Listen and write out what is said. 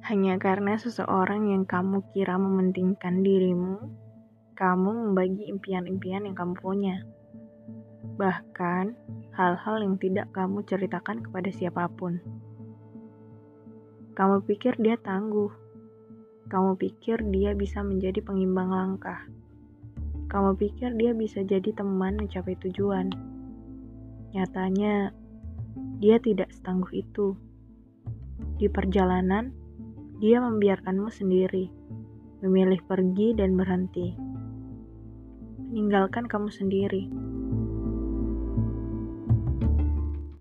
Hanya karena seseorang yang kamu kira mementingkan dirimu, kamu membagi impian-impian yang kamu punya. Bahkan, hal-hal yang tidak kamu ceritakan kepada siapapun. Kamu pikir dia tangguh. Kamu pikir dia bisa menjadi pengimbang langkah. Kamu pikir dia bisa jadi teman mencapai tujuan. Nyatanya, dia tidak setangguh itu. Di perjalanan, dia membiarkanmu sendiri, memilih pergi dan berhenti, meninggalkan kamu sendiri.